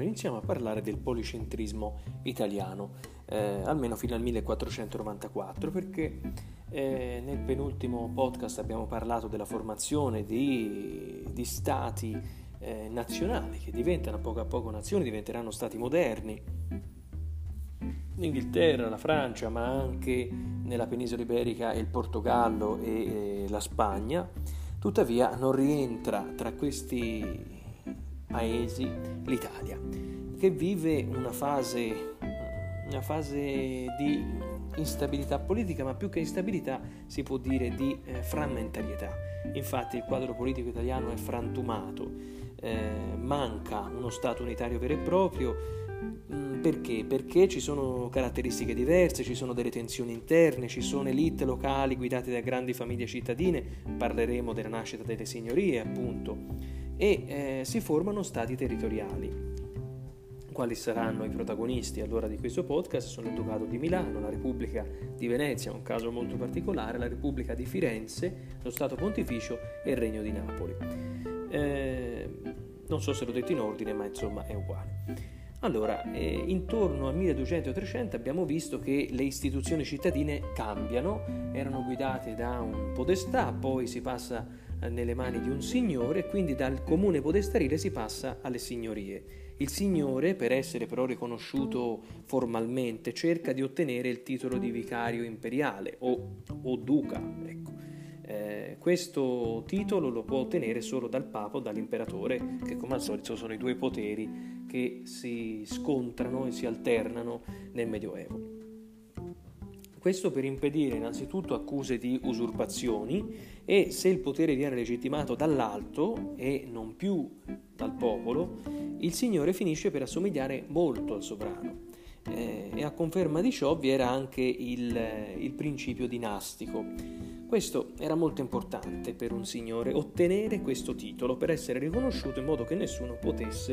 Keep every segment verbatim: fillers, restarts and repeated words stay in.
iniziamo a parlare del policentrismo italiano, eh, almeno fino al millequattrocentonovantaquattro, perché eh, nel penultimo podcast abbiamo parlato della formazione di, di stati eh, nazionali che diventano a poco a poco nazioni, diventeranno stati moderni. L'Inghilterra, la Francia, ma anche nella penisola iberica il Portogallo e, e la Spagna. Tuttavia non rientra tra questi paesi l'Italia, che vive una fase, una fase di instabilità politica, ma più che instabilità si può dire di eh, frammentarietà. Infatti il quadro politico italiano è frantumato, eh, manca uno Stato unitario vero e proprio. Perché? Perché ci sono caratteristiche diverse, ci sono delle tensioni interne, ci sono elite locali guidate da grandi famiglie cittadine, parleremo della nascita delle signorie appunto, e eh, si formano stati territoriali. Quali saranno i protagonisti allora di questo podcast? Sono il Ducato di Milano, la Repubblica di Venezia, un caso molto particolare, la Repubblica di Firenze, lo Stato Pontificio e il Regno di Napoli. Eh, non so se l'ho detto in ordine, ma insomma è uguale. Allora, eh, intorno al milleduecento trecento abbiamo visto che le istituzioni cittadine cambiano, erano guidate da un podestà, poi si passa eh, nelle mani di un signore, quindi dal comune podestarile si passa alle signorie. Il signore, per essere però riconosciuto formalmente, cerca di ottenere il titolo di vicario imperiale o, o duca, ecco. Eh, questo titolo lo può ottenere solo dal Papa o dall'imperatore, che come al solito sono i due poteri che si scontrano e si alternano nel Medioevo. Questo per impedire innanzitutto accuse di usurpazioni, e se il potere viene legittimato dall'alto e non più dal popolo, il signore finisce per assomigliare molto al sovrano. Eh, e a conferma di ciò vi era anche il, il principio dinastico. Questo era molto importante per un signore, ottenere questo titolo per essere riconosciuto in modo che nessuno potesse,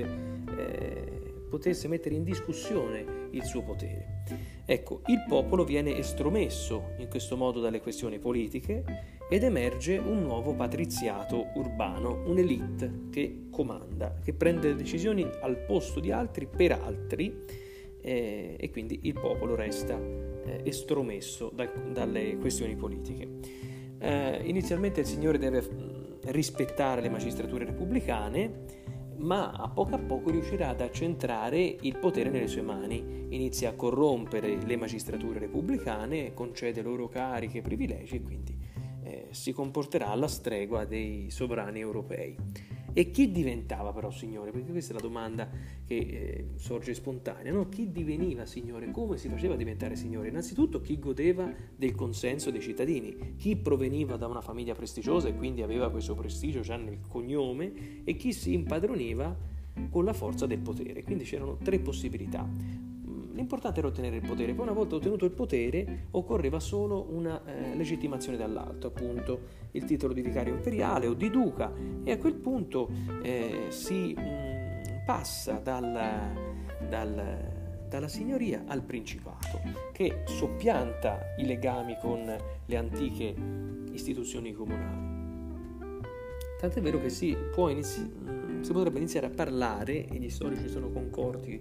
eh, potesse mettere in discussione il suo potere. Ecco, il popolo viene estromesso in questo modo dalle questioni politiche ed emerge un nuovo patriziato urbano, un'elite che comanda, che prende le decisioni al posto di altri per altri, eh, e quindi il popolo resta eh, estromesso da, dalle questioni politiche. Eh, inizialmente il signore deve rispettare le magistrature repubblicane, ma a poco a poco riuscirà ad accentrare il potere nelle sue mani, inizia a corrompere le magistrature repubblicane, concede loro cariche e privilegi e quindi eh, si comporterà alla stregua dei sovrani europei. E chi diventava però signore? Perché questa è la domanda che eh, sorge spontanea, no? Chi diveniva signore? Come si faceva a diventare signore? Innanzitutto chi godeva del consenso dei cittadini, chi proveniva da una famiglia prestigiosa e quindi aveva questo prestigio già nel cognome, e chi si impadroniva con la forza del potere. Quindi c'erano tre possibilità. L'importante era ottenere il potere, poi una volta ottenuto il potere occorreva solo una eh, legittimazione dall'alto, appunto il titolo di vicario imperiale o di duca, e a quel punto eh, si mh, passa dal, dal, dalla signoria al principato, che soppianta i legami con le antiche istituzioni comunali. Tant'è vero che si, può inizi- mh, si potrebbe iniziare a parlare, e gli storici sono concordi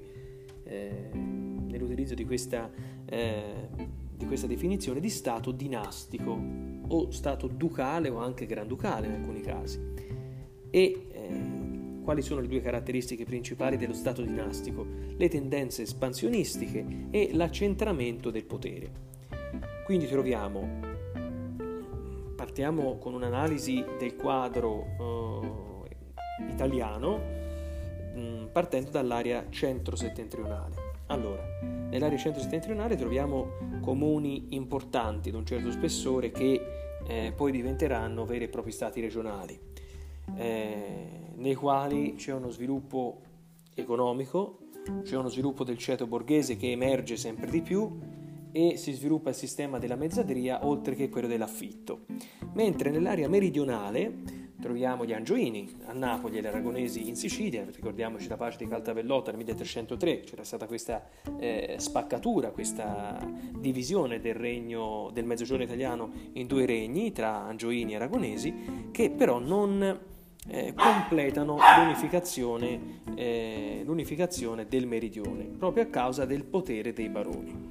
eh, nell'utilizzo di questa, eh, di questa definizione, di stato dinastico o stato ducale o anche granducale in alcuni casi. E eh, quali sono le due caratteristiche principali dello stato dinastico? Le tendenze espansionistiche e l'accentramento del potere. Quindi troviamo, partiamo con un'analisi del quadro eh, italiano, mh, partendo dall'area centro-settentrionale. Allora, nell'area centro-settentrionale troviamo comuni importanti di un certo spessore che eh, poi diventeranno veri e propri stati regionali, eh, nei quali c'è uno sviluppo economico, c'è uno sviluppo del ceto borghese che emerge sempre di più e si sviluppa il sistema della mezzadria oltre che quello dell'affitto. Mentre nell'area meridionale troviamo gli Angioini a Napoli e gli Aragonesi in Sicilia. Ricordiamoci la pace di Caltavellotta nel milletrecentotre, c'era stata questa eh, spaccatura, questa divisione del regno del Mezzogiorno italiano in due regni tra Angioini e Aragonesi, che però non eh, completano l'unificazione, eh, l'unificazione del meridione, proprio a causa del potere dei baroni.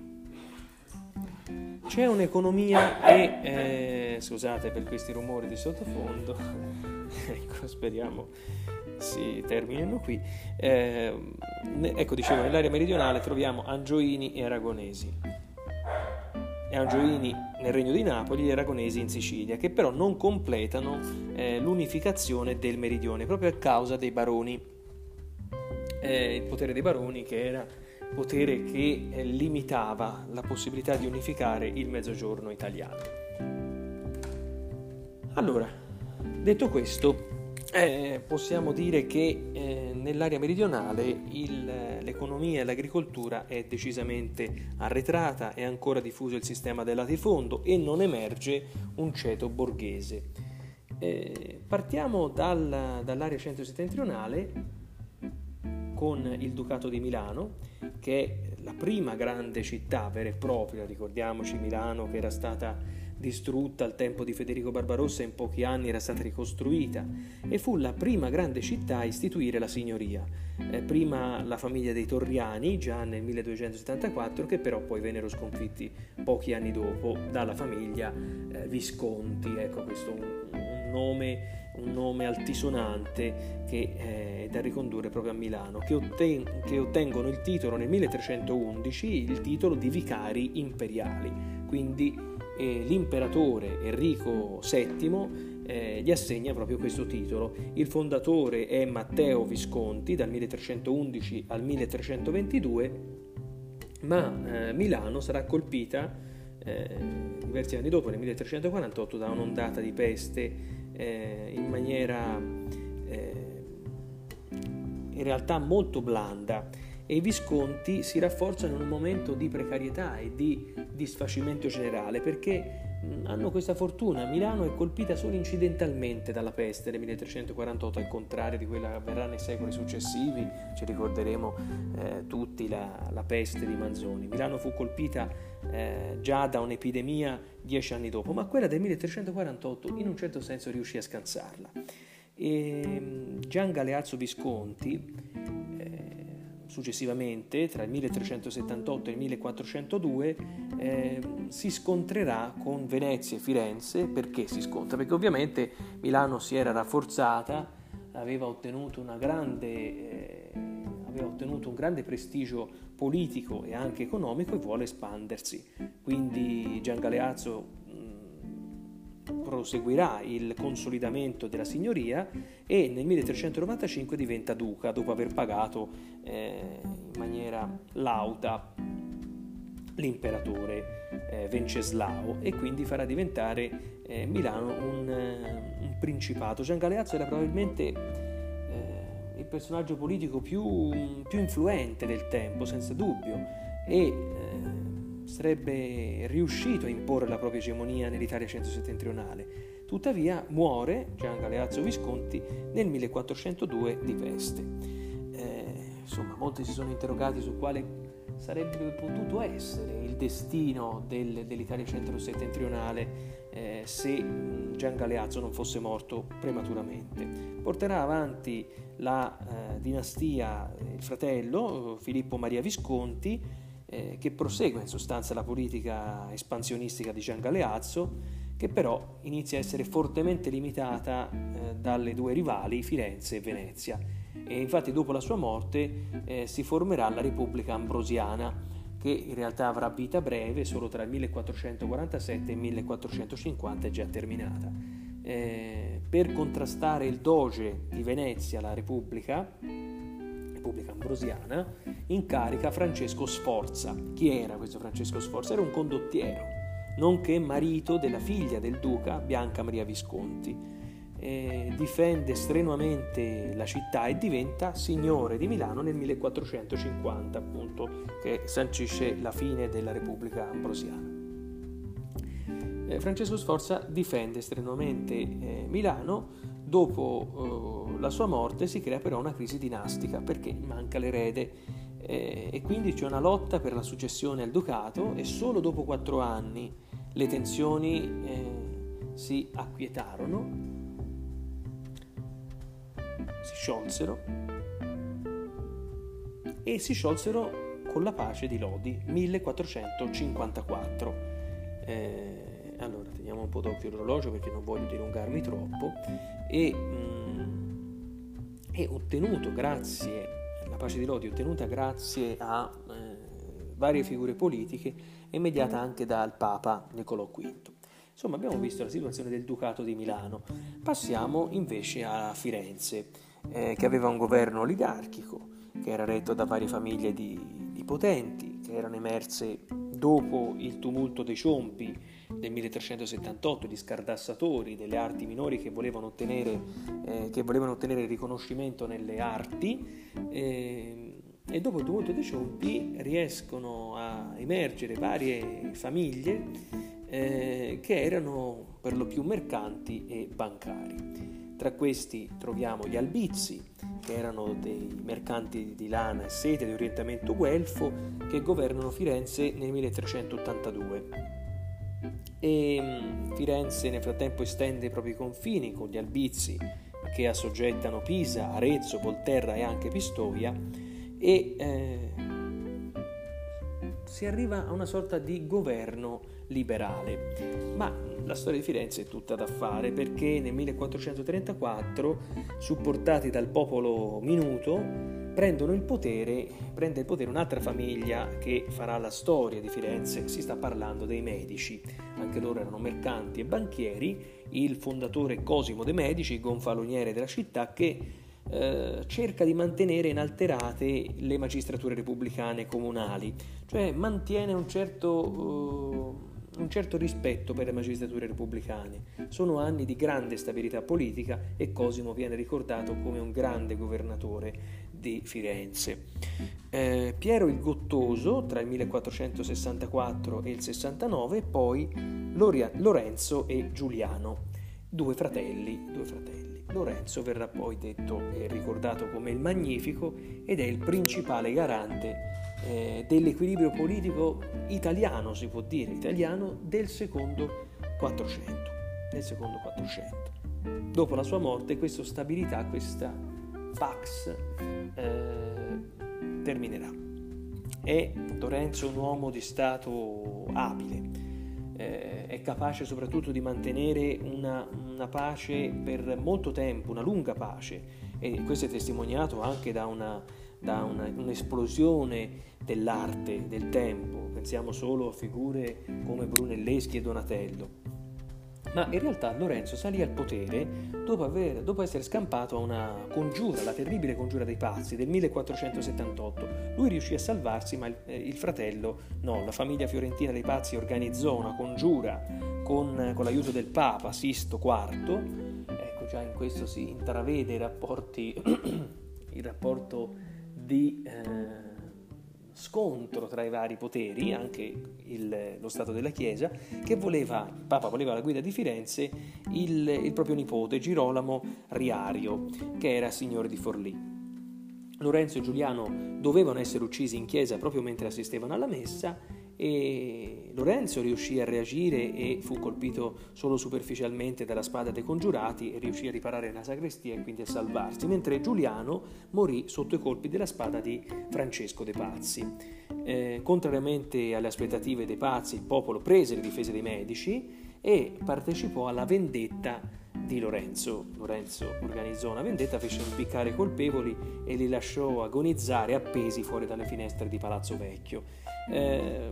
C'è un'economia e, eh, scusate per questi rumori di sottofondo, ecco, speriamo si terminino qui. Eh, ecco, dicevo, nell'area meridionale troviamo Angioini e Aragonesi. E Angioini nel Regno di Napoli e Aragonesi in Sicilia, che però non completano eh, l'unificazione del meridione, proprio a causa dei baroni. Eh, il potere dei baroni, che era potere che eh, limitava la possibilità di unificare il mezzogiorno italiano. Allora, detto questo, eh, possiamo dire che eh, nell'area meridionale il, l'economia e l'agricoltura è decisamente arretrata, è ancora diffuso il sistema del latifondo e non emerge un ceto borghese. Eh, partiamo dal, dall'area centro-settentrionale con il Ducato di Milano, che è la prima grande città vera e propria. Ricordiamoci Milano, che era stata distrutta al tempo di Federico Barbarossa e in pochi anni era stata ricostruita, e fu la prima grande città a istituire la signoria. Eh, prima la famiglia dei Torriani, già nel milleduecentosettantaquattro, che però poi vennero sconfitti pochi anni dopo dalla famiglia eh, Visconti. Ecco, questo un, un nome un nome altisonante che eh, è da ricondurre proprio a Milano, che, otten- che ottengono il titolo nel milletrecentoundici, il titolo di vicari imperiali. Quindi eh, l'imperatore Enrico settimo eh, gli assegna proprio questo titolo. Il fondatore è Matteo Visconti dal milletrecentoundici al milletrecentoventidue, ma eh, Milano sarà colpita eh, diversi anni dopo, nel milletrecentoquarantotto, da un'ondata di peste Eh, in maniera eh, in realtà molto blanda, e i Visconti si rafforzano in un momento di precarietà e di disfacimento generale, perché mh, hanno questa fortuna. Milano è colpita solo incidentalmente dalla peste nel milletrecentoquarantotto, al contrario di quella che avverrà nei secoli successivi. Ci ricorderemo eh, tutti la, la peste di Manzoni. Milano fu colpita eh, già da un'epidemia dieci anni dopo, ma quella del milletrecentoquarantotto in un certo senso riuscì a scansarla. E Gian Galeazzo Visconti eh, successivamente, tra il milletrecentosettantotto e il millequattrocentodue, eh, si scontrerà con Venezia e Firenze. Perché si scontra? Perché ovviamente Milano si era rafforzata, aveva ottenuto una grande eh, aveva ottenuto un grande prestigio politico e anche economico, e vuole espandersi. Quindi Gian Galeazzo proseguirà il consolidamento della signoria e nel milletrecentonovantacinque diventa duca, dopo aver pagato eh, in maniera lauta l'imperatore eh, Venceslao, e quindi farà diventare eh, Milano un, eh, un principato. Gian Galeazzo era probabilmente eh, il personaggio politico più, più influente del tempo, senza dubbio, e eh, sarebbe riuscito a imporre la propria egemonia nell'Italia centro-settentrionale. Tuttavia muore Gian Galeazzo Visconti nel millequattrocentodue di peste. Eh, insomma, molti si sono interrogati su quale sarebbe potuto essere il destino del, dell'Italia centro-settentrionale eh, se Gian Galeazzo non fosse morto prematuramente. Porterà avanti la eh, dinastia il fratello Filippo Maria Visconti, Eh, che prosegue in sostanza la politica espansionistica di Gian Galeazzo, che però inizia a essere fortemente limitata eh, dalle due rivali, Firenze e Venezia. E infatti dopo la sua morte eh, si formerà la Repubblica Ambrosiana, che in realtà avrà vita breve, solo tra il millequattrocentoquarantasette e il millequattrocentocinquanta è già terminata. Eh, per contrastare il doge di Venezia, la Repubblica Repubblica Ambrosiana incarica Francesco Sforza. Chi era questo Francesco Sforza? Era un condottiero, nonché marito della figlia del duca, Bianca Maria Visconti. Eh, difende strenuamente la città e diventa signore di Milano nel millequattrocentocinquanta, appunto, che sancisce la fine della Repubblica Ambrosiana. Eh, Francesco Sforza difende strenuamente eh, Milano. Dopo eh, la sua morte si crea però una crisi dinastica, perché manca l'erede eh, e quindi c'è una lotta per la successione al ducato, e solo dopo quattro anni le tensioni eh, si acquietarono si sciolsero e si sciolsero con la pace di Lodi, millequattrocentocinquantaquattro. Eh, allora, teniamo un po' d'occhio l'orologio perché non voglio dilungarmi troppo. E mh, è ottenuto grazie, la pace di Lodi è ottenuta grazie a eh, varie figure politiche e mediata anche dal Papa Niccolò quinto. Insomma, abbiamo visto la situazione del Ducato di Milano. Passiamo invece a Firenze, eh, che aveva un governo oligarchico, che era retto da varie famiglie di, di potenti, che erano emerse dopo il tumulto dei Ciompi del milletrecentosettantotto, di scardassatori delle arti minori che volevano ottenere, eh, che volevano ottenere riconoscimento nelle arti, eh, e dopo il tumulto dei Ciompi riescono a emergere varie famiglie eh, che erano per lo più mercanti e bancari. Tra questi troviamo gli Albizzi, che erano dei mercanti di lana e sete di orientamento guelfo che governano Firenze nel milletrecentottantadue. E Firenze nel frattempo estende i propri confini con gli Albizzi, che assoggettano Pisa, Arezzo, Volterra e anche Pistoia, e eh, si arriva a una sorta di governo liberale. Ma la storia di Firenze è tutta da fare, perché nel millequattrocentotrentaquattro, supportati dal popolo minuto, prendono il potere, prende il potere un'altra famiglia che farà la storia di Firenze. Si sta parlando dei Medici. Anche loro erano mercanti e banchieri. Il fondatore Cosimo de' Medici, gonfaloniere della città, che eh, cerca di mantenere inalterate le magistrature repubblicane comunali, cioè mantiene un certo... Uh, un certo rispetto per le magistrature repubblicane. Sono anni di grande stabilità politica e Cosimo viene ricordato come un grande governatore di Firenze. Eh, Piero il Gottoso tra il millequattrocentosessantaquattro e il sessantanove, e poi Loria- Lorenzo e Giuliano, due fratelli, due fratelli. Lorenzo verrà poi detto e ricordato come il Magnifico ed è il principale garante Eh, dell'equilibrio politico italiano, si può dire, italiano del secondo Quattrocento, del secondo Quattrocento. Dopo la sua morte, questa stabilità, questa pax eh, terminerà. È Lorenzo un uomo di stato abile, eh, è capace soprattutto di mantenere una, una pace per molto tempo, una lunga pace, e questo è testimoniato anche da una da una, un'esplosione dell'arte, del tempo. Pensiamo solo a figure come Brunelleschi e Donatello. Ma in realtà Lorenzo salì al potere dopo, aver, dopo essere scampato a una congiura, la terribile congiura dei pazzi del millequattrocentosettantotto. Lui riuscì a salvarsi, ma il, eh, il fratello no. La famiglia fiorentina dei pazzi organizzò una congiura con, con l'aiuto del Papa Sisto quarto. Ecco, già in questo si intravede i rapporti, il rapporto di eh, scontro tra i vari poteri, anche il, lo Stato della Chiesa, che voleva, il Papa voleva alla guida di Firenze il, il proprio nipote Girolamo Riario, che era signore di Forlì. Lorenzo e Giuliano dovevano essere uccisi in chiesa proprio mentre assistevano alla messa, e Lorenzo riuscì a reagire e fu colpito solo superficialmente dalla spada dei congiurati e riuscì a riparare nella sagrestia e quindi a salvarsi, mentre Giuliano morì sotto i colpi della spada di Francesco de' Pazzi. Eh, contrariamente alle aspettative dei pazzi, il popolo prese le difese dei Medici e partecipò alla vendetta di Lorenzo. Lorenzo organizzò una vendetta, fece impiccare i colpevoli e li lasciò agonizzare appesi fuori dalle finestre di Palazzo Vecchio. Eh,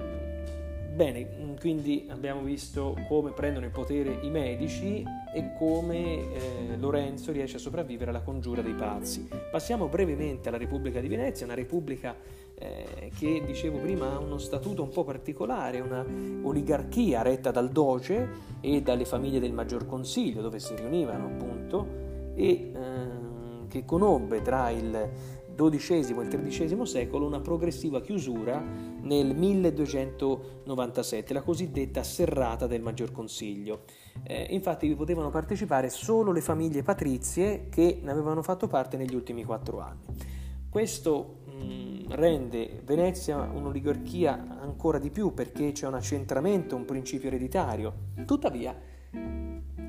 bene, quindi abbiamo visto come prendono il potere i Medici e come eh, Lorenzo riesce a sopravvivere alla congiura dei pazzi. Passiamo brevemente alla Repubblica di Venezia, una repubblica eh, che, dicevo prima, ha uno statuto un po' particolare, una oligarchia retta dal Doge e dalle famiglie del Maggior Consiglio, dove si riunivano appunto, e eh, che conobbe tra il dodicesimo e il tredicesimo secolo una progressiva chiusura nel milleduecentonovantasette, la cosiddetta serrata del Maggior Consiglio. Eh, infatti vi potevano partecipare solo le famiglie patrizie che ne avevano fatto parte negli ultimi quattro anni. Questo mh, rende Venezia un'oligarchia ancora di più, perché c'è un accentramento, un principio ereditario. Tuttavia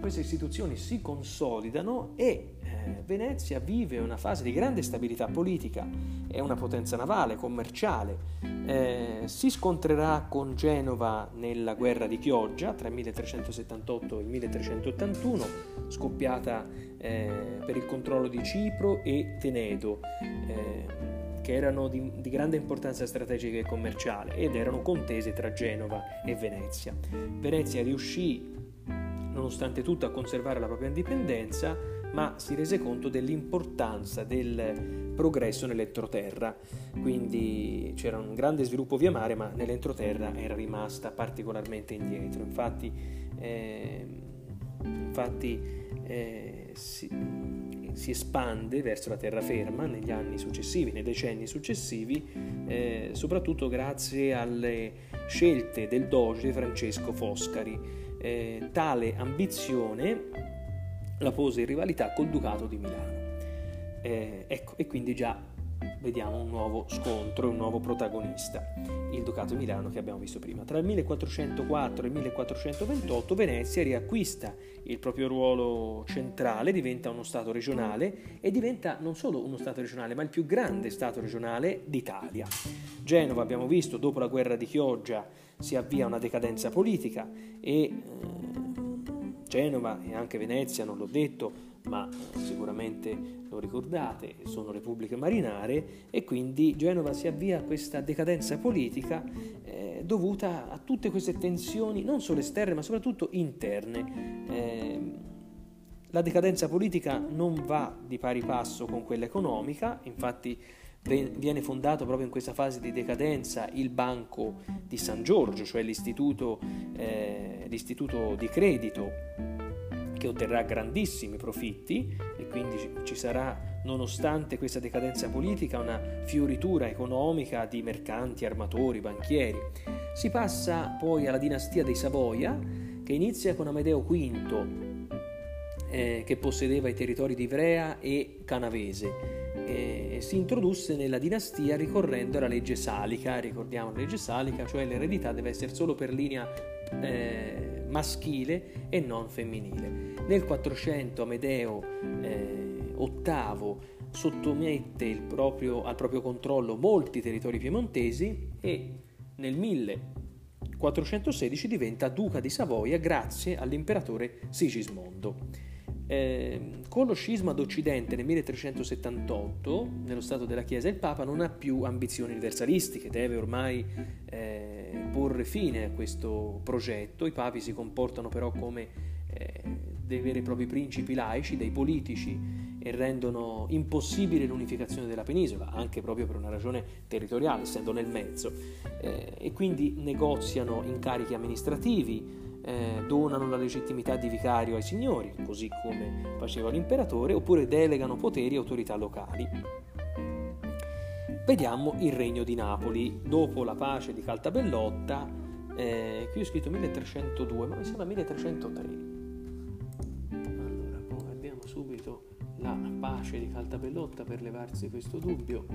queste istituzioni si consolidano e eh, Venezia vive una fase di grande stabilità politica, è una potenza navale, commerciale, eh, si scontrerà con Genova nella guerra di Chioggia tra il milletrecentosettantotto e il milletrecentottantuno, scoppiata eh, per il controllo di Cipro e Tenedo, eh, che erano di, di grande importanza strategica e commerciale ed erano contese tra Genova e Venezia. Venezia riuscì, nonostante tutto, a conservare la propria indipendenza, ma si rese conto dell'importanza del progresso nell'entroterra, quindi c'era un grande sviluppo via mare, ma nell'entroterra era rimasta particolarmente indietro. Infatti, eh, infatti eh, si, si espande verso la terraferma negli anni successivi, nei decenni successivi, eh, soprattutto grazie alle scelte del doge Francesco Foscari. Eh, tale ambizione la pose in rivalità col Ducato di Milano. Eh, ecco, e quindi già vediamo un nuovo scontro, un nuovo protagonista, il Ducato di Milano che abbiamo visto prima. Tra il millequattrocentoquattro e il millequattrocentoventotto Venezia riacquista il proprio ruolo centrale, diventa uno stato regionale e diventa non solo uno stato regionale, ma il più grande stato regionale d'Italia. Genova, abbiamo visto, dopo la guerra di Chioggia si avvia una decadenza politica e eh, Genova e anche Venezia, non l'ho detto, ma sicuramente lo ricordate, sono repubbliche marinare e quindi Genova si avvia a questa decadenza politica eh, dovuta a tutte queste tensioni, non solo esterne ma soprattutto interne. Eh, la decadenza politica non va di pari passo con quella economica, infatti viene fondato proprio in questa fase di decadenza il Banco di San Giorgio, cioè l'istituto, eh, l'istituto di credito, che otterrà grandissimi profitti e quindi ci sarà, nonostante questa decadenza politica, una fioritura economica di mercanti, armatori, banchieri. Si passa poi alla dinastia dei Savoia, che inizia con Amedeo quinto, eh, che possedeva i territori di Ivrea e Canavese. E si introdusse nella dinastia ricorrendo alla legge salica, ricordiamo la legge salica, cioè l'eredità deve essere solo per linea eh, maschile e non femminile. Nel quattrocento Amedeo eh, ottavo sottomette il proprio, al proprio controllo molti territori piemontesi e nel millequattrocentosedici diventa duca di Savoia grazie all'imperatore Sigismondo. Eh, con lo scisma d'Occidente nel milletrecentosettantotto, nello Stato della Chiesa, il Papa non ha più ambizioni universalistiche, deve ormai eh, porre fine a questo progetto. I papi si comportano però come eh, dei veri e propri principi laici, dei politici, e rendono impossibile l'unificazione della penisola, anche proprio per una ragione territoriale, essendo nel mezzo, eh, e quindi negoziano incarichi amministrativi, Eh, donano la legittimità di vicario ai signori, così come faceva l'imperatore, oppure delegano poteri e autorità locali. Vediamo il regno di Napoli. Dopo la pace di Caltabellotta, eh, qui ho scritto milletrecentodue, ma mi sembra milletrecentotre. Allora, poi abbiamo subito la pace di Caltabellotta per levarsi questo dubbio.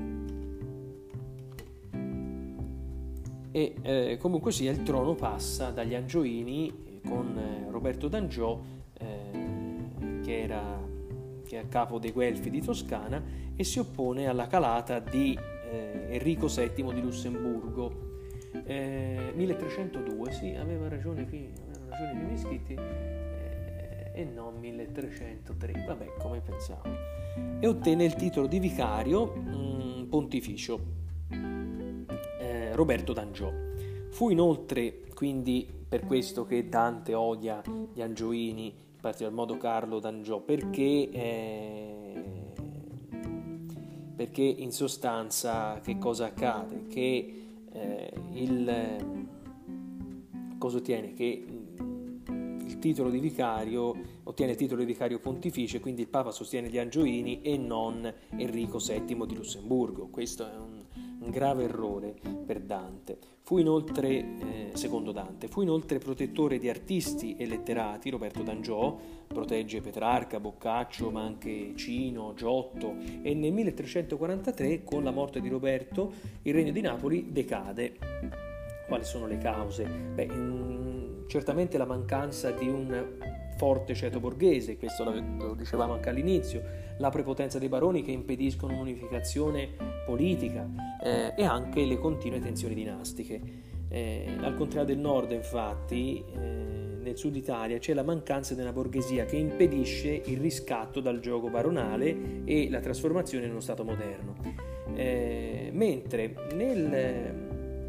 E eh, comunque sia, il trono passa dagli Angioini con eh, Roberto d'Angiò, eh, che era che è a capo dei Guelfi di Toscana, e si oppone alla calata di eh, Enrico settimo di Lussemburgo. Eh, milletrecentodue, sì, aveva ragione qui, aveva ragione i miei iscritti, eh, e non milletrecentotre, vabbè, come pensavo. E ottenne il titolo di vicario mh, pontificio. Roberto d'Angiò. Fu inoltre, quindi, per questo che Dante odia gli Angioini, in particolar modo Carlo d'Angiò, perché, eh, perché in sostanza che cosa accade? Che eh, il cosa ottiene? Che il titolo di vicario ottiene il titolo di vicario pontificio, quindi il Papa sostiene gli Angioini e non Enrico settimo di Lussemburgo. Questo è un un grave errore per Dante. Fu inoltre, eh, secondo Dante, fu inoltre protettore di artisti e letterati. Roberto d'Angiò protegge Petrarca, Boccaccio, ma anche Cino, Giotto, e nel milletrecentoquarantatré, con la morte di Roberto, il regno di Napoli decade. Quali sono le cause? Beh, in, certamente la mancanza di un forte ceto borghese, questo lo dicevamo anche all'inizio, la prepotenza dei baroni che impediscono un'unificazione politica eh, e anche le continue tensioni dinastiche. Eh, al contrario del nord, infatti, eh, nel sud Italia c'è la mancanza di una borghesia che impedisce il riscatto dal giogo baronale e la trasformazione in uno Stato moderno. Eh, mentre nel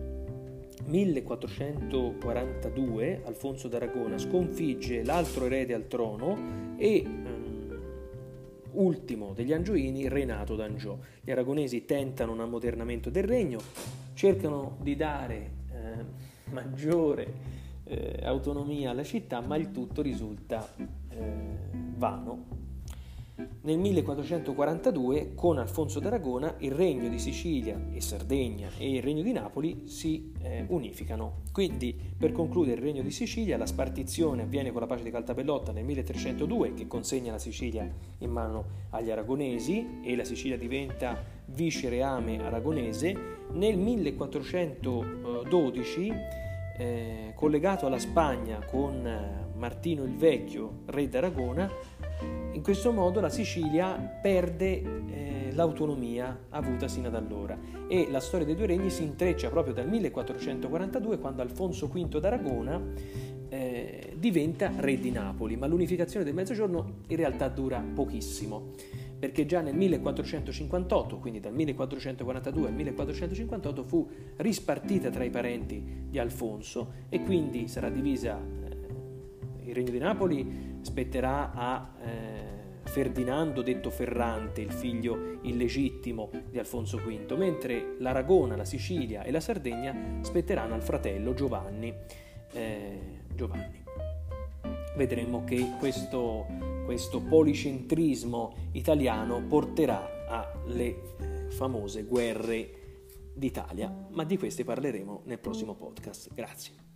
millequattrocentoquarantadue Alfonso d'Aragona sconfigge l'altro erede al trono e um, ultimo degli Angioini, Renato d'Angiò. Gli aragonesi tentano un ammodernamento del regno, cercano di dare eh, maggiore eh, autonomia alla città, ma il tutto risulta eh, vano. Nel millequattrocentoquarantadue, con Alfonso d'Aragona, il regno di Sicilia e Sardegna e il regno di Napoli si eh, unificano. Quindi, per concludere il regno di Sicilia, la spartizione avviene con la pace di Caltabellotta nel milletrecentodue, che consegna la Sicilia in mano agli aragonesi e la Sicilia diventa vicereame aragonese. Nel millequattrocentododici, eh, collegato alla Spagna con Martino il Vecchio, re d'Aragona, in questo modo la Sicilia perde eh, l'autonomia avuta sino ad allora e la storia dei due regni si intreccia proprio dal millequattrocentoquarantadue, quando Alfonso quinto d'Aragona eh, diventa re di Napoli, ma l'unificazione del Mezzogiorno in realtà dura pochissimo, perché già nel millequattrocentocinquantotto, quindi dal millequattrocentoquarantadue al millequattrocentocinquantotto, fu rispartita tra i parenti di Alfonso e quindi sarà divisa. Eh, il regno di Napoli spetterà a eh, Ferdinando detto Ferrante, il figlio illegittimo di Alfonso quinto, mentre l'Aragona, la Sicilia e la Sardegna spetteranno al fratello Giovanni. Eh, Giovanni. Vedremo che questo, questo policentrismo italiano porterà alle famose guerre d'Italia, ma di queste parleremo nel prossimo podcast. Grazie.